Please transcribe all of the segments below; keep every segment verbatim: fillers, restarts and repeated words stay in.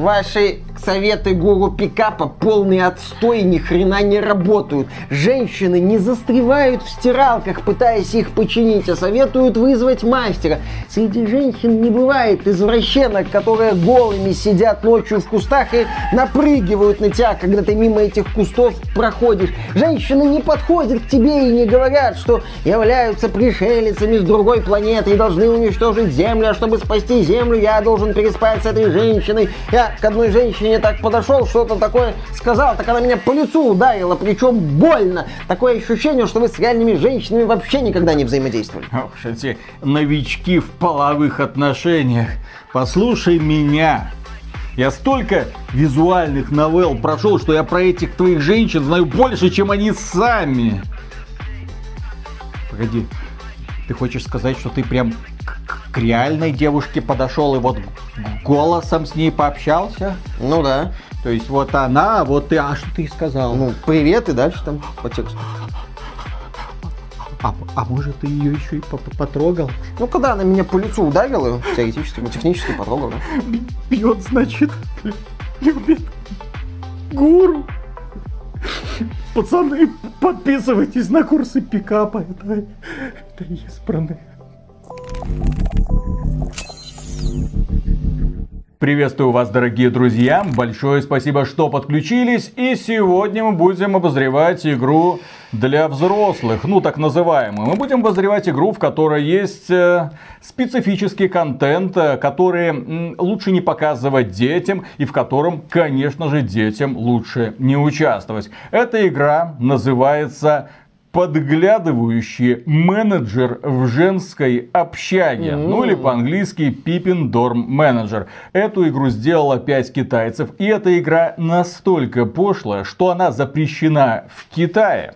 Ваши советы гуру пикапа полный отстой и ни хрена не работают. Женщины не застревают в стиралках, пытаясь их починить, а советуют вызвать мастера. Среди женщин не бывает извращенок, которые голыми сидят ночью в кустах и напрыгивают на тебя, когда ты мимо этих кустов проходишь. Женщины не подходят к тебе и не говорят, что являются пришельцами с другой планеты и должны уничтожить Землю, а чтобы спасти Землю, я должен переспать с этой женщиной. Я к одной женщине так подошел, что-то такое сказал, так она меня по лицу ударила, причем больно. Такое ощущение, что вы с реальными женщинами вообще никогда не взаимодействовали. Ох, эти новички в половых отношениях. Послушай меня. Я столько визуальных новелл прошел, что я про этих твоих женщин знаю больше, чем они сами. Погоди, ты хочешь сказать, что ты прям к, к реальной девушке подошел и вот голосом с ней пообщался? Ну да. То есть вот она, а вот ты, а что ты сказал? Ну, привет и дальше там по тексту. А, а может ты ее еще и потрогал? Ну, когда она меня по лицу ударила, теоретически, ну, технически потрогал, да. Бьет, значит, любит гуру. Пацаны, подписывайтесь на курсы пикапа. Это, это избранные. Приветствую вас, дорогие друзья. Большое спасибо, что подключились. И сегодня мы будем обозревать игру для взрослых, ну так называемую. Мы будем обозревать игру, в которой есть э, специфический контент, э, который м, лучше не показывать детям и в котором, конечно же, детям лучше не участвовать. Эта игра называется «Подглядывающий менеджер в женской общаге». Mm-hmm. Ну или по-английски «Peeping Dorm Manager». Эту игру сделало пять китайцев. И эта игра настолько пошлая, что она запрещена в Китае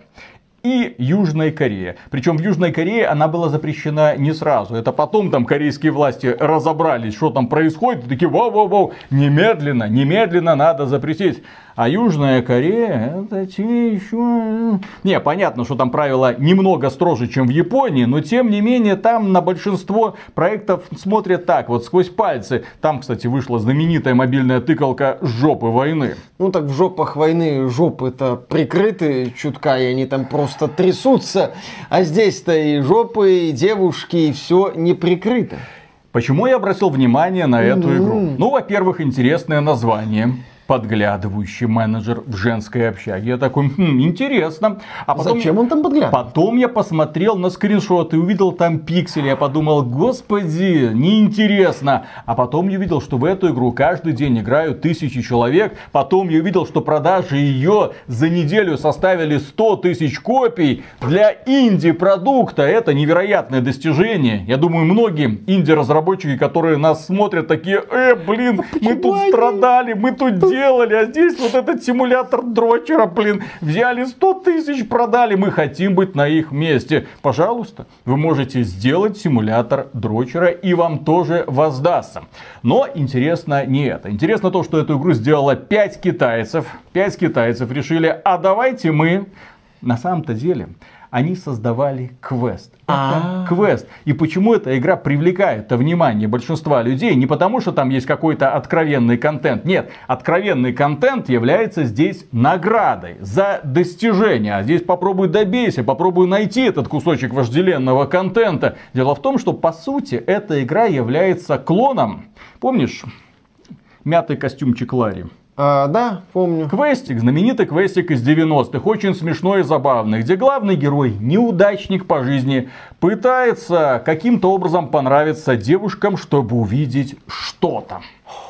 и Южной Корее. Причем в Южной Корее она была запрещена не сразу. Это потом там корейские власти разобрались, что там происходит. И такие, вау-вау-вау, немедленно, немедленно надо запретить. А Южная Корея, это те еще... Не, понятно, что там правила немного строже, чем в Японии, но тем не менее там на большинство проектов смотрят так, вот сквозь пальцы. Там, кстати, вышла знаменитая мобильная тыкалка «Жопы войны». Ну так в жопах войны жопы-то прикрыты чутка, и они там просто трясутся. А здесь-то и жопы, и девушки, и все не прикрыто. Почему я обратил внимание на эту mm-hmm. игру? Ну, во-первых, интересное название. Подглядывающий менеджер в женской общаге. Я такой, хм, интересно. А потом, зачем он там подглядывает? Потом я посмотрел на скриншот и увидел там пиксели. Я подумал, господи, неинтересно. А потом я увидел, что в эту игру каждый день играют тысячи человек. Потом я увидел, что продажи ее за неделю составили сто тысяч копий. Для инди-продукта это невероятное достижение. Я думаю, многие инди-разработчики, которые нас смотрят, такие, э, блин, мы тут страдали, мы тут делали. Делали, а здесь вот этот симулятор дрочера, блин, взяли сто тысяч, продали, мы хотим быть на их месте. Пожалуйста, вы можете сделать симулятор дрочера и вам тоже воздастся. Но интересно не это. Интересно то, что эту игру сделало пять китайцев. пять китайцев решили, а давайте мы, на самом-то деле, они создавали квест. Это квест. И почему эта игра привлекает внимание большинства людей? Не потому, что там есть какой-то откровенный контент. Нет, откровенный контент является здесь наградой за достижение. А здесь попробуй добейся, попробуй найти этот кусочек вожделенного контента. Дело в том, что по сути эта игра является клоном. Помнишь мятый костюмчик Ларри? А, да, помню. Квестик, знаменитый квестик из девяностых, очень смешной и забавный, где главный герой, неудачник по жизни, пытается каким-то образом понравиться девушкам, чтобы увидеть что-то.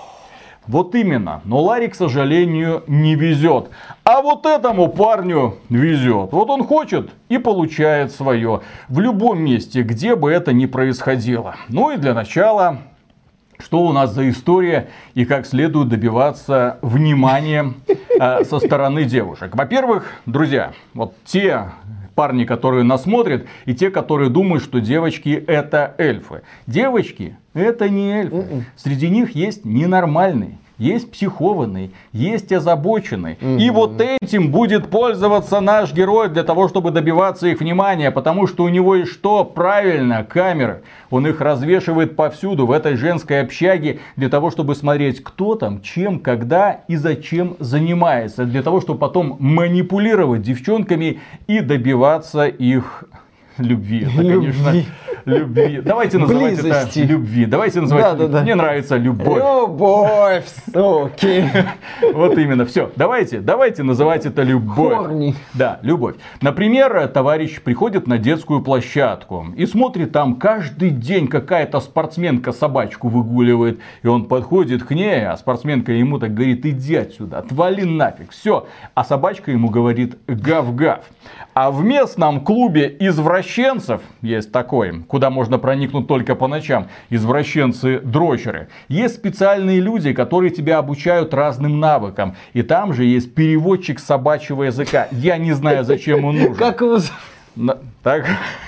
Вот именно, но Ларри, к сожалению, не везет. А вот этому парню везет. Вот он хочет и получает свое. В любом месте, где бы это ни происходило. Ну и для начала... Что у нас за история и как следует добиваться внимания э, со стороны девушек. Во-первых, друзья, вот те парни, которые нас смотрят, и те, которые думают, что девочки это эльфы. Девочки это не эльфы. Среди них есть ненормальные, есть психованный, есть озабоченный. Mm-hmm. И вот этим будет пользоваться наш герой для того, чтобы добиваться их внимания. Потому что у него и что? Правильно, камеры. Он их развешивает повсюду в этой женской общаге для того, чтобы смотреть, кто там, чем, когда и зачем занимается. Для того, чтобы потом манипулировать девчонками и добиваться их любви. Это, любви. конечно, любви. Давайте называть Близости. это любви. Давайте называть да, это. Да, да. Мне нравится любовь. Любовь, суки. Вот именно. Все. Давайте, давайте называть это любовь. Хорни. Да, любовь. Например, товарищ приходит на детскую площадку и смотрит, там каждый день какая-то спортсменка собачку выгуливает. И он подходит к ней, а спортсменка ему так говорит: иди отсюда, отвали нафиг. Все. А собачка ему говорит: гав-гав. А в местном клубе извращенцев, есть такой, куда можно проникнуть только по ночам, извращенцы-дрочеры, есть специальные люди, которые тебя обучают разным навыкам. И там же есть переводчик собачьего языка. Я не знаю, зачем он нужен. Как его На- Так...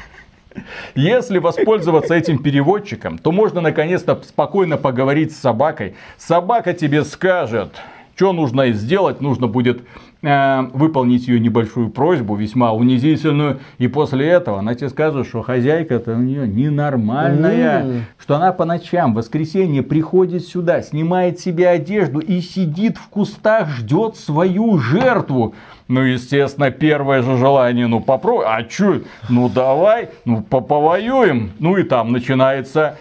Если воспользоваться этим переводчиком, то можно наконец-то спокойно поговорить с собакой. Собака тебе скажет, что нужно сделать. Нужно будет э, выполнить ее небольшую просьбу, весьма унизительную. И после этого она тебе скажет, что хозяйка-то у нее ненормальная. Mm. Что она по ночам в воскресенье приходит сюда, снимает себе одежду и сидит в кустах, ждет свою жертву. Ну, естественно, первое же желание, ну, попробуй, а чё, ну, давай, ну, повоюем. Ну, и там начинается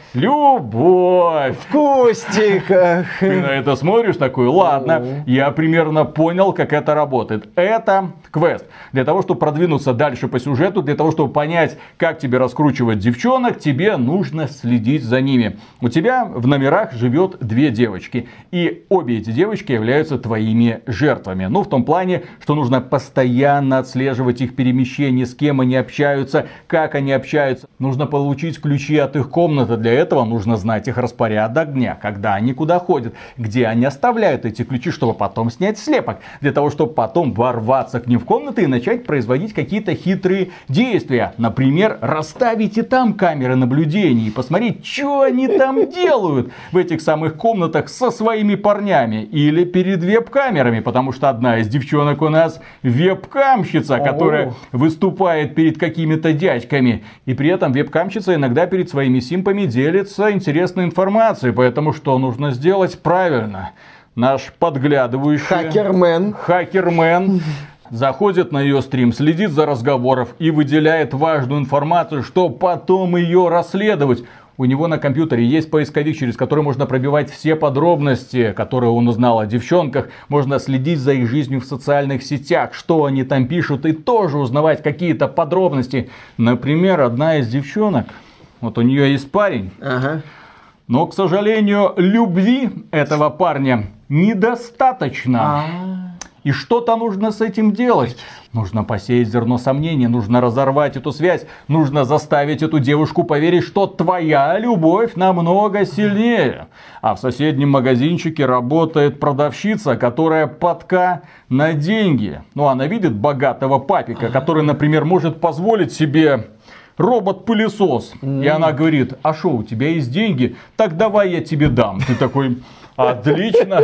любовь. В кустиках. Ты на это смотришь такой: ладно, я примерно понял, как это работает. Это квест. Для того, чтобы продвинуться дальше по сюжету, для того, чтобы понять, как тебе раскручивать девчонок, тебе нужно следить за ними. У тебя в номерах живет две девочки. И обе эти девочки являются твоими жертвами. Ну, в том плане, что нужно постоянно отслеживать их перемещения, с кем они общаются, как они общаются. Нужно получить ключи от их комнаты. Для этого нужно знать их распорядок дня, когда они куда ходят, где они оставляют эти ключи, чтобы потом снять слепок. Для того, чтобы потом ворваться к ним в комнаты и начать производить какие-то хитрые действия. Например, расставить и там камеры наблюдения и посмотреть, что они там делают в этих самых комнатах со своими парнями. Или перед веб-камерами, потому что одна из девчонок у нас веб-камщица, которая выступает перед какими-то дядьками. И при этом веб-камщица иногда перед своими симпами делится интересной информацией. Поэтому что нужно сделать? Правильно. Наш подглядывающий Хакермен. Хакермен заходит на ее стрим, следит за разговором и выделяет важную информацию, чтобы потом ее расследовать. У него на компьютере есть поисковик, через который можно пробивать все подробности, которые он узнал о девчонках. Можно следить за их жизнью в социальных сетях, что они там пишут, и тоже узнавать какие-то подробности. Например, одна из девчонок, вот у нее есть парень, Ага. но, к сожалению, любви этого парня недостаточно. А-а-а. И что-то нужно с этим делать. Нужно посеять зерно сомнения, нужно разорвать эту связь, нужно заставить эту девушку поверить, что твоя любовь намного сильнее. А в соседнем магазинчике работает продавщица, которая подка на деньги. Ну, она видит богатого папика, который, например, может позволить себе робот-пылесос. Mm. И она говорит: а что, у тебя есть деньги? Так давай я тебе дам. Ты такой: отлично.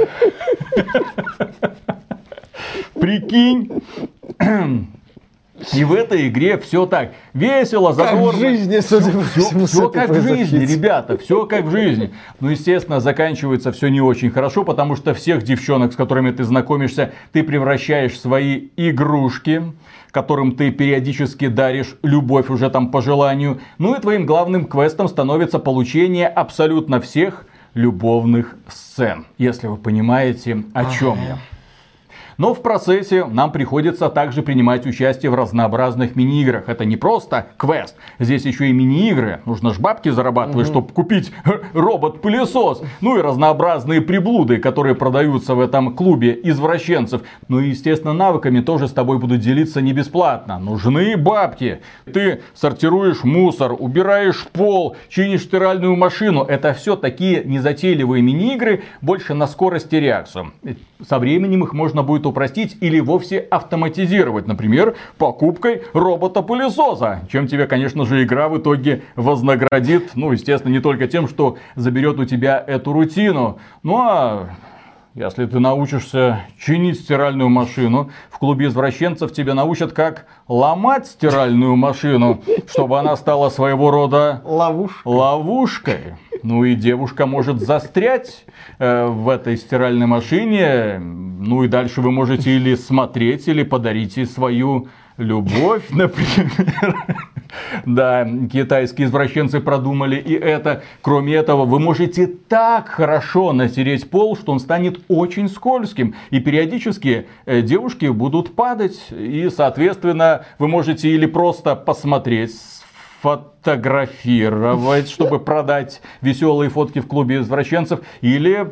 Прикинь. И в этой игре все так весело, задорно. Как в жизни, судя по всему, Все как в жизни, ребята, все как в жизни. Ну, естественно, заканчивается все не очень хорошо, потому что всех девчонок, с которыми ты знакомишься, ты превращаешь в свои игрушки, которым ты периодически даришь любовь уже там по желанию. Ну и твоим главным квестом становится получение абсолютно всех любовных сцен, если вы понимаете, о чем я. Но в процессе нам приходится также принимать участие в разнообразных мини-играх. Это не просто квест, здесь еще и мини-игры. Нужно ж бабки зарабатывать, угу. чтобы купить робот-пылесос. Ну и разнообразные приблуды, которые продаются в этом клубе извращенцев. Ну и, естественно, навыками тоже с тобой будут делиться не бесплатно. Нужны бабки. Ты сортируешь мусор, убираешь пол, чинишь стиральную машину. Это все такие незатейливые мини-игры, больше на скорость и реакцию. Со временем их можно будет упростить или вовсе автоматизировать. Например, покупкой робота-пылесоса. Чем тебе, конечно же, игра в итоге вознаградит. Ну, естественно, не только тем, что заберет у тебя эту рутину. Ну, а Если ты научишься чинить стиральную машину, в клубе извращенцев тебя научат, как ломать стиральную машину, чтобы она стала своего рода ловушкой. ловушкой. Ну и девушка может застрять э, в этой стиральной машине. Ну и дальше вы можете или смотреть, или подарить ей свою любовь, например. Да, китайские извращенцы продумали и это. Кроме этого, вы можете так хорошо натереть пол, что он станет очень скользким. И периодически э, девушки будут падать. И, соответственно, вы можете или просто посмотреть, фотографировать, чтобы продать веселые фотки в клубе извращенцев, или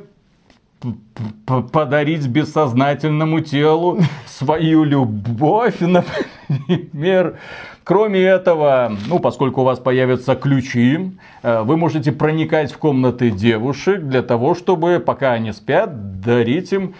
подарить бессознательному телу свою любовь, например. Кроме этого, ну, поскольку у вас появятся ключи, вы можете проникать в комнаты девушек для того, чтобы, пока они спят, дарить им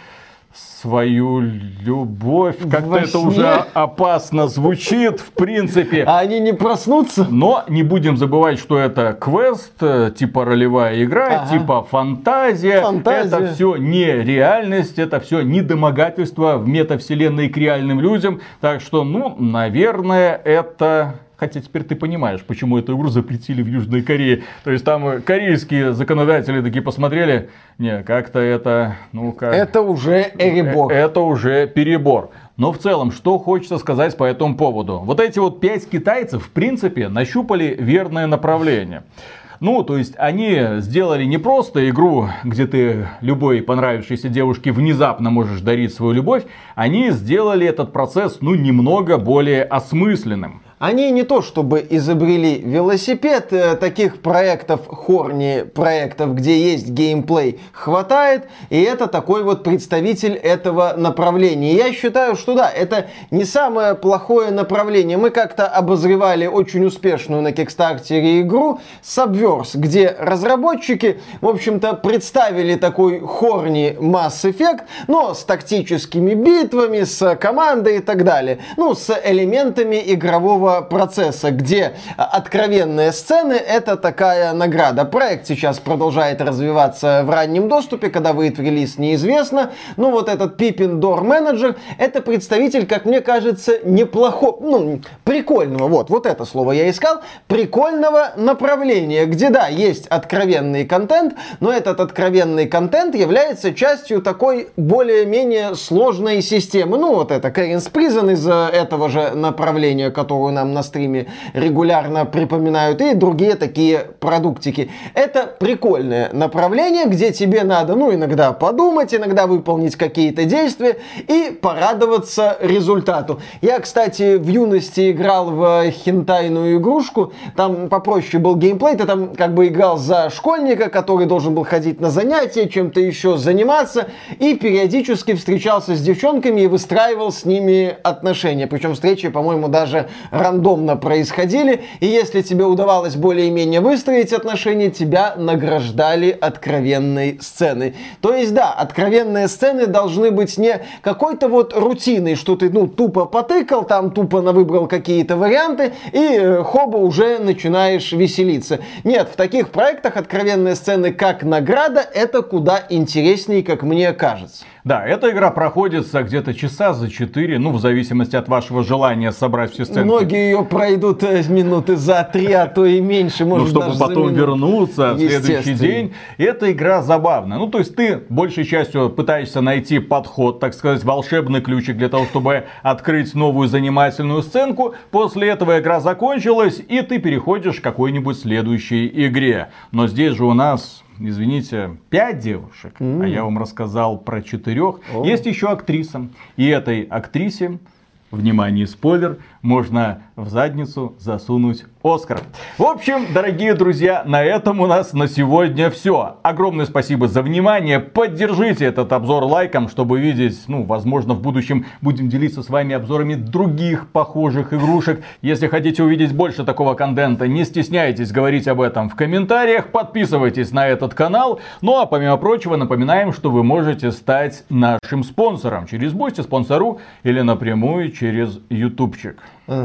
свою любовь. Как-то это уже опасно звучит, в принципе. А они не проснутся? Но не будем забывать, что это квест, типа ролевая игра, ага. типа фантазия. фантазия. Это все не реальность, это все не домогательство в метавселенной к реальным людям. Так что, ну, наверное, это... Хотя теперь ты понимаешь, почему эту игру запретили в Южной Корее. То есть там корейские законодатели такие посмотрели, не, как-то это, ну как... Это уже перебор. Это уже перебор. Но в целом, что хочется сказать по этому поводу? Вот эти вот пять китайцев, в принципе, нащупали верное направление. Ну, то есть, они сделали не просто игру, где ты любой понравившейся девушке внезапно можешь дарить свою любовь. Они сделали этот процесс, ну, немного более осмысленным. Они не то чтобы изобрели велосипед, таких проектов, хорни проектов, где есть геймплей, хватает, и это такой вот представитель этого направления. Я считаю, что да, это не самое плохое направление. Мы как-то обозревали очень успешную на Кикстартере игру Subverse, где разработчики, в общем-то, представили такой хорни Mass Effect, но с тактическими битвами, с командой и так далее. Ну, с элементами игрового процесса, где откровенные сцены — это такая награда. Проект сейчас продолжает развиваться в раннем доступе, когда выйдет в релиз, неизвестно. Ну вот этот Pippin Door Manager — это представитель, как мне кажется, неплохого, ну, прикольного, вот, вот это слово я искал, прикольного направления, где, да, есть откровенный контент, но этот откровенный контент является частью такой более-менее сложной системы. Ну вот это Karen's Prison из этого же направления, которую нам на стриме регулярно припоминают, и другие такие продуктики. Это прикольное направление, где тебе надо, ну, иногда подумать, иногда выполнить какие-то действия и порадоваться результату. Я, кстати, в юности играл в хентайную игрушку, там попроще был геймплей, ты там как бы играл за школьника, который должен был ходить на занятия, чем-то еще заниматься, и периодически встречался с девчонками и выстраивал с ними отношения. Причем встречи, по-моему, даже рандомно происходили, и если тебе удавалось более-менее выстроить отношения, тебя награждали откровенной сценой. То есть, да, откровенные сцены должны быть не какой-то вот рутиной, что ты, ну, тупо потыкал, там тупо выбрал какие-то варианты, и э, хоба уже начинаешь веселиться. Нет, в таких проектах откровенные сцены как награда — это куда интереснее, как мне кажется. Да, эта игра проходится где-то часа за четыре, ну, в зависимости от вашего желания собрать все сценки. Многие ее пройдут минуты за три, а то и меньше, может, ну, чтобы потом вернуться в следующий день. И эта игра забавная. Ну, то есть ты большей частью пытаешься найти подход, так сказать, волшебный ключик для того, чтобы открыть новую занимательную сценку. После этого игра закончилась, и ты переходишь к какой-нибудь следующей игре. Но здесь же у нас... Извините, пять девушек, mm. а я вам рассказал про четырех. Oh. Есть еще актриса. И этой актрисе, внимание, спойлер, можно в задницу засунуть Оскар. В общем, дорогие друзья, на этом у нас на сегодня все. Огромное спасибо за внимание. Поддержите этот обзор лайком, чтобы видеть, ну, возможно, в будущем будем делиться с вами обзорами других похожих игрушек. Если хотите увидеть больше такого контента, не стесняйтесь говорить об этом в комментариях. Подписывайтесь на этот канал. Ну, а помимо прочего, напоминаем, что вы можете стать нашим спонсором через Бусти, спонсору или напрямую через ютубчик. Напоследок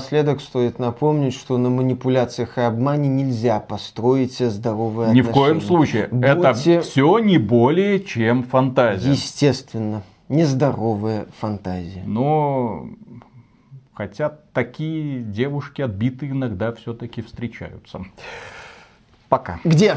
напоследок стоит напомнить, что на манипуляциях и обмане нельзя построить себе здоровые Ни отношения. в коем случае. Будьте... Это все не более чем фантазия. Естественно. Нездоровая фантазия. Но... Хотя такие девушки отбитые иногда все-таки встречаются. Пока. Где?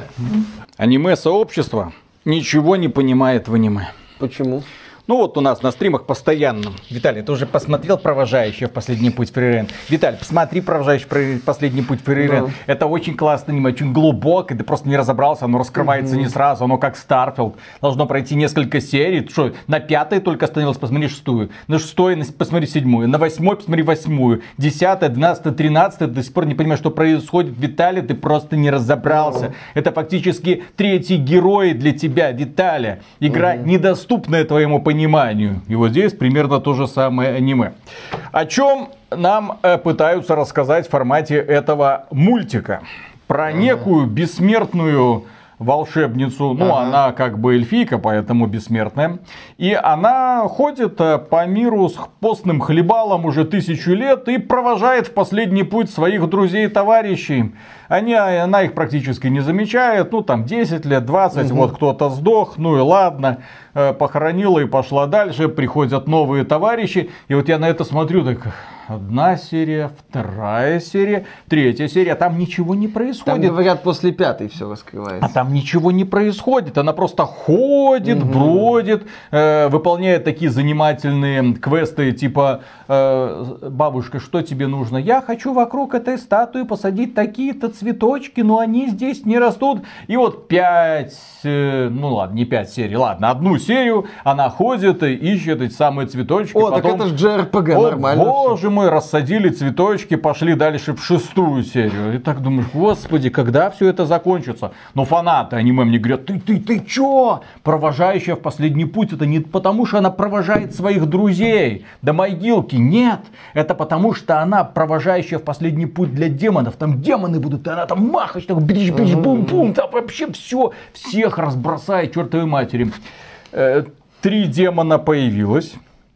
Аниме-сообщество ничего не понимает в аниме. Почему? Ну вот у нас на стримах постоянно. Виталий, ты уже посмотрел «Провожающий в последний путь Фрирен»? Виталий, посмотри «Провожающий в последний путь Фрирен». Да. Это очень классное аниме, очень глубокое. Ты просто не разобрался, оно раскрывается угу. не сразу. Оно как Старфилд. Должно пройти несколько серий. Что, на пятой только остановилась, посмотри шестую. На шестой посмотри седьмую. На восьмой посмотри восьмую. Десятая, двенадцатая, тринадцатая. До сих пор не понимаешь, что происходит. Виталий, ты просто не разобрался. Угу. Это фактически третий герой для тебя, Виталий. Игра угу. недоступная твоему пониманию. И вот здесь примерно то же самое аниме. О чем нам э, пытаются рассказать в формате этого мультика? Про ага. некую бессмертную волшебницу. Ну, ага. она как бы эльфийка, поэтому бессмертная. И она ходит по миру с постным хлебалом уже тысячу лет и провожает в последний путь своих друзей и товарищей. Они, она их практически не замечает. Ну, там десять лет, двадцать, угу. вот кто-то сдох, ну и ладно. Похоронила и пошла дальше. Приходят новые товарищи. И вот я на это смотрю, так... Одна серия, вторая серия, третья серия. Там ничего не происходит. Там, говорят, после пятой все раскрывается. А там ничего не происходит. Она просто ходит, угу. бродит, э, выполняет такие занимательные квесты, типа э, бабушка, что тебе нужно? Я хочу вокруг этой статуи посадить такие-то цветочки, но они здесь не растут. И вот пять, э, ну ладно, не пять серий, ладно, одну серию она ходит и ищет эти самые цветочки. О, потом... так это же джей ар пи джи, О, нормально. Боже мой, рассадили цветочки, пошли дальше в шестую серию. И так думаешь, господи, когда все это закончится? Но фанаты аниме мне говорят, ты, ты, ты чё? Провожающая в последний путь, это не потому, что она провожает своих друзей до могилки. Нет, это потому, что она провожающая в последний путь для демонов. Там демоны будут, и она там махать, так бич-бич-бум-бум, там вообще все, всех разбросает чертовой матери. Э, три демона появилось.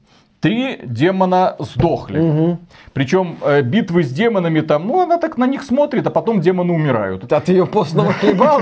Три демона сдохли. Угу. Причем э, битвы с демонами там, ну она так на них смотрит, а потом демоны умирают. От ее постного хлебала?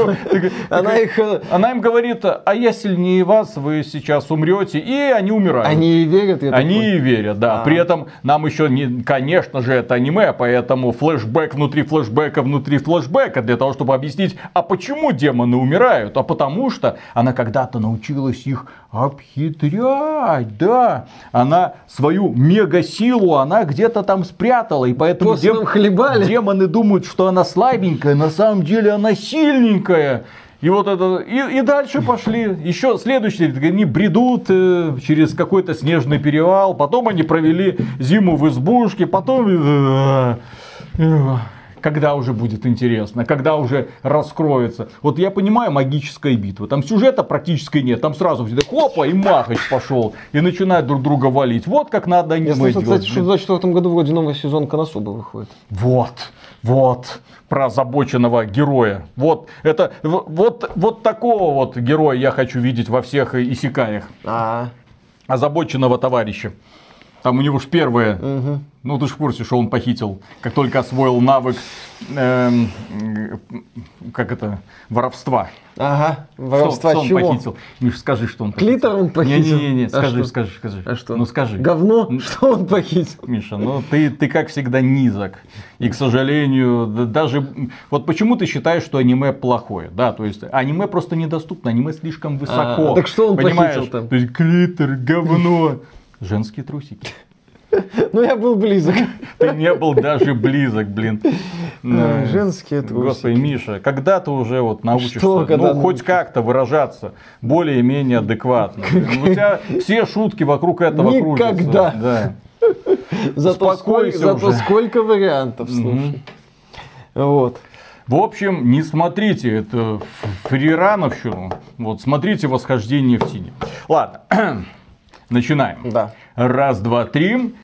Она им говорит, а я сильнее вас, вы сейчас умрете, и они умирают. Они и верят? Они и верят, да. При этом нам еще, конечно же, это аниме, поэтому флешбэк внутри флешбэка внутри флешбэка, для того, чтобы объяснить, а почему демоны умирают? А потому что она когда-то научилась их обхитрять, да. Она свою мега-силу, она где-то там спрятала. И поэтому дем... демоны думают, что она слабенькая. На самом деле она сильненькая. И вот это. И, и дальше пошли. Еще следующие. Они бредут э, через какой-то снежный перевал. Потом они провели зиму в избушке. Потом... Э, э, когда уже будет интересно, когда уже раскроется. Вот я понимаю, магическая битва. Там сюжета практически нет. Там сразу все так, опа, и махач пошел. И начинают друг друга валить. Вот как надо аниме делать. Я слышал, кстати, что в двадцать четвёртом году вроде новый сезон Коносуба выходит. Вот, вот. Про озабоченного героя. Вот, это, вот, вот такого вот героя я хочу видеть во всех исекаях. А-а-а. Озабоченного товарища. Там у него ж первое, угу. ну ты ж в курсе, что он похитил, как только освоил навык, эм, как это, воровства. Ага, воровства что, что чего? он похитил? Миш, скажи, что он похитил. Клитор он похитил? Не-не-не, скажи, а скажи, скажи. А что? Ну скажи. Говно? Что он похитил? Миша, ну ты, ты как всегда низок. И, к сожалению, даже... Вот почему ты считаешь, что аниме плохое? Да, то есть аниме просто недоступно, аниме слишком высоко. А, так что он понимаешь? похитил там? То есть клитор, говно. Женские трусики. Ну я был близок. Ты не был даже близок, блин. А, женские трусики. Господи, Миша, когда ты уже вот научишься, Что, ну хоть как-то выражаться более-менее адекватно. У тебя все шутки вокруг этого крутятся. Никогда. Да. Зато, сколько, зато сколько вариантов, слушай. Mm-hmm. Вот. В общем, не смотрите это фрирановщину. Вот смотрите «Восхождение в тени». Ладно. Начинаем. Да. Раз, два, три.